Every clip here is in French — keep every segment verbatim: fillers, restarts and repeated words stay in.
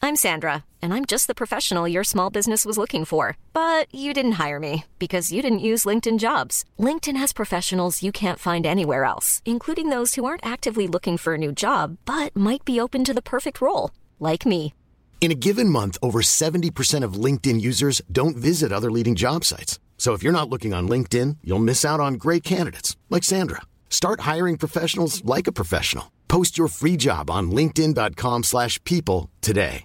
I'm Sandra, and I'm just the professional your small business was looking for. But you didn't hire me because you didn't use LinkedIn Jobs. LinkedIn has professionals you can't find anywhere else, including those who aren't actively looking for a new job, but might be open to the perfect role, like me. In a given month, over seventy percent of LinkedIn users don't visit other leading job sites. So if you're not looking on LinkedIn, you'll miss out on great candidates like Sandra. Start hiring professionals like a professional. Post your free job on linkedin.com slash people today.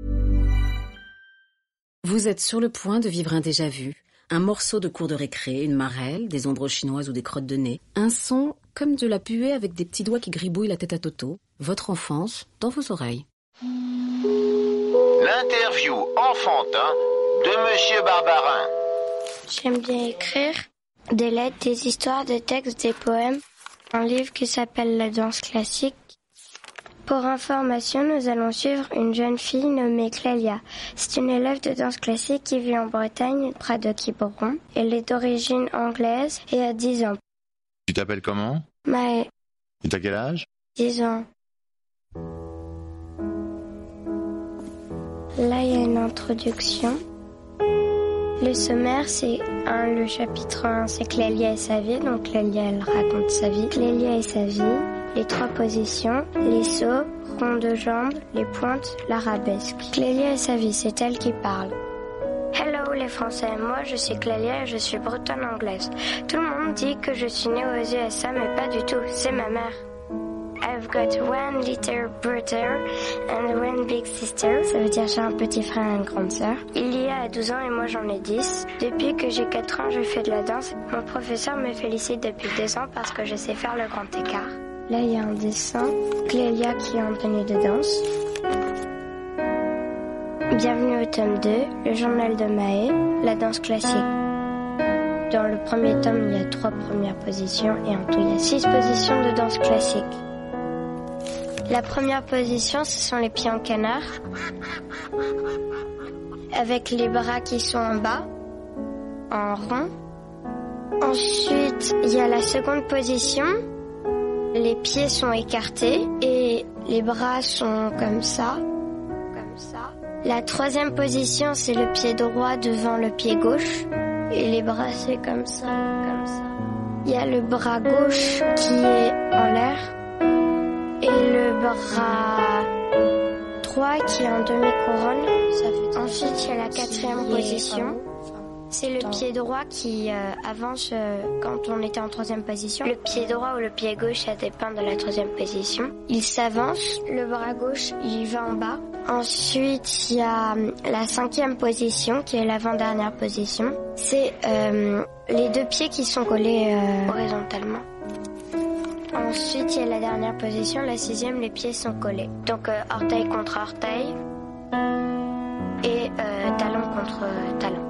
Vous êtes sur le point de vivre un déjà-vu, un morceau de cours de récré, une marelle, des ombres chinoises ou des crottes de nez, un son comme de la puée avec des petits doigts qui gribouillent la tête à Toto, votre enfance dans vos oreilles. L'interview enfantin de Monsieur Barbarin. J'aime bien écrire des lettres, des histoires, des textes, des poèmes. Un livre qui s'appelle La danse classique. Pour information, nous allons suivre une jeune fille nommée Clélia. C'est une élève de danse classique qui vit en Bretagne, près de Quiberon. Elle est d'origine anglaise et a dix ans. Tu t'appelles comment? Maë. Et t'as quel âge? dix ans. Là, il y a une introduction. Le sommaire, c'est un, le chapitre un, c'est Clélia et sa vie. Donc Clélia, elle raconte sa vie. Clélia et sa vie, les trois positions, les sauts, rond de jambes, les pointes, l'arabesque. Clélia et sa vie, c'est elle qui parle. Hello les Français, moi je suis Clélia et je suis bretonne anglaise. Tout le monde dit que je suis née aux U S A, mais pas du tout, c'est ma mère. I've got one little brother and one big sister. Ça veut dire j'ai un petit frère et une grande sœur. Il y a douze ans et moi j'en ai dix. Depuis que j'ai quatre ans, je fais de la danse. Mon professeur me félicite depuis deux ans parce que je sais faire le grand écart. Là, il y a un dessin. Clélia qui est en tenue de danse. Bienvenue au tome deux, le journal de Maë, la danse classique. Dans le premier tome, il y a trois premières positions et en tout, il y a six positions de danse classique. La première position, ce sont les pieds en canard, avec les bras qui sont en bas, en rond. Ensuite, il y a la seconde position. Les pieds sont écartés et les bras sont comme ça, comme ça. La troisième position, c'est le pied droit devant le pied gauche et les bras, c'est comme ça, comme ça. Il y a le bras gauche qui est en l'air. Et le bras droit qui est en demi-couronne. Ça fait Ensuite, il y a la quatrième position. C'est le pied droit qui euh, avance euh, quand on était en troisième position. Le pied droit ou le pied gauche, ça dépend de la troisième position. Il s'avance. Le bras gauche, il va en bas. Ensuite, il y a la cinquième position, qui est l'avant-dernière position. C'est euh, les deux pieds qui sont collés euh, horizontalement. Ensuite, il y a la dernière position, la sixième, les pieds sont collés. Donc, euh, orteil contre orteil et euh, talon contre euh, talon.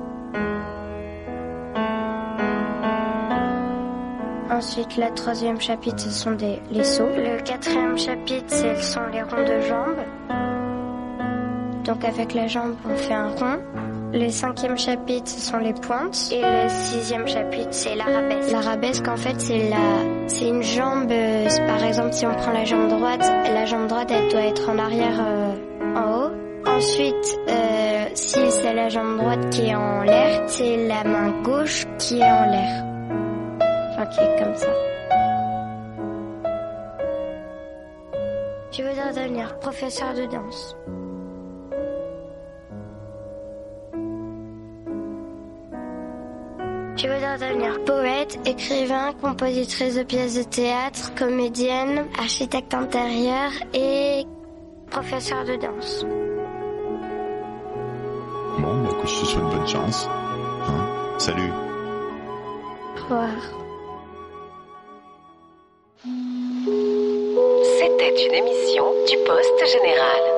Ensuite, le troisième chapitre, ce sont des, les sauts. Le quatrième chapitre, ce sont les ronds de jambes. Donc, avec la jambe, on fait un rond. Le cinquième chapitre, ce sont les pointes. Et le sixième chapitre, c'est l'arabesque. L'arabesque, en fait, c'est la, c'est une jambe. Euh, par exemple, si on prend la jambe droite, la jambe droite, elle doit être en arrière, euh, en haut. Ensuite, euh, si c'est la jambe droite qui est en l'air, c'est la main gauche qui est en l'air. Enfin, qui est comme ça. Je voudrais devenir professeur de danse. Je voudrais devenir poète, écrivain, compositrice de pièces de théâtre, comédienne, architecte intérieur et professeur de danse. Bon, bah écoute, je te souhaite bonne chance. Hein? Salut. Au revoir. C'était une émission du Poste Général.